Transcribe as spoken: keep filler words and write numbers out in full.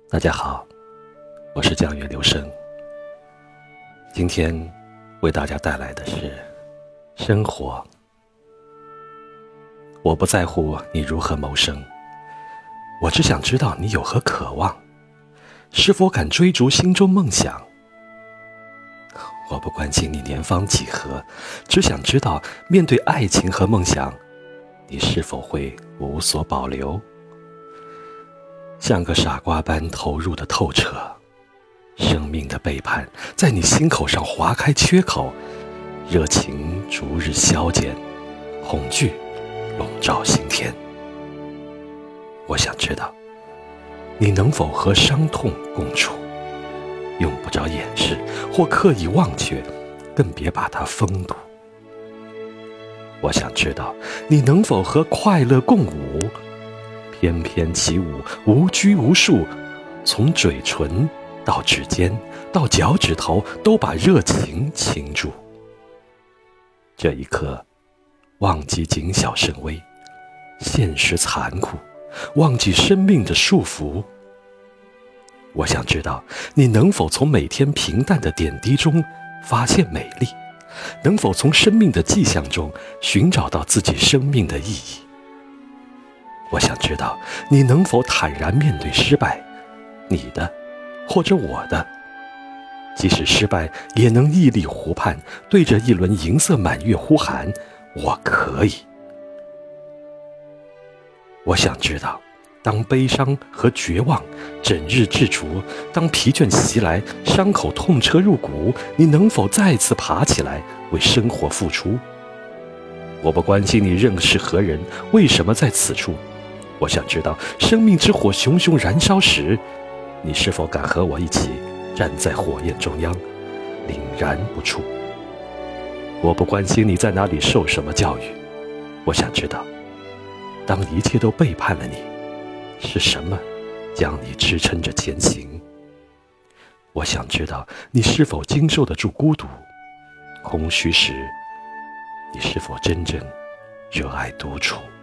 大家好，我是江源流生。今天为大家带来的是生活。我不在乎你如何谋生，我只想知道你有何渴望，是否敢追逐心中梦想。我不关心你年方几何，只想知道面对爱情和梦想，你是否会无所保留。像个傻瓜般投入的透彻，生命的背叛在你心口上划开缺口，热情逐日消减，恐惧笼罩心田。我想知道你能否和伤痛共处，用不着掩饰或刻意忘却，更别把它封堵。我想知道你能否和快乐共舞，翩翩起舞，无拘无束，从嘴唇到指尖到脚趾头，都把热情倾注。这一刻，忘记谨小慎微，现实残酷，忘记生命的束缚。我想知道你能否从每天平淡的点滴中发现美丽，能否从生命的迹象中寻找到自己生命的意义。我想知道你能否坦然面对失败，你的或者我的，即使失败也能屹立湖畔，对着一轮银色满月呼喊，我可以。我想知道当悲伤和绝望整日至足，当疲倦袭来，伤口痛彻入骨，你能否再次爬起来为生活付出。我不关心你认识何人，为什么在此处，我想知道生命之火熊熊燃烧时，你是否敢和我一起站在火焰中央，凛然不触。我不关心你在哪里受什么教育，我想知道当一切都背叛了你，是什么将你支撑着前行。我想知道你是否经受得住孤独空虚时，你是否真正热爱独处。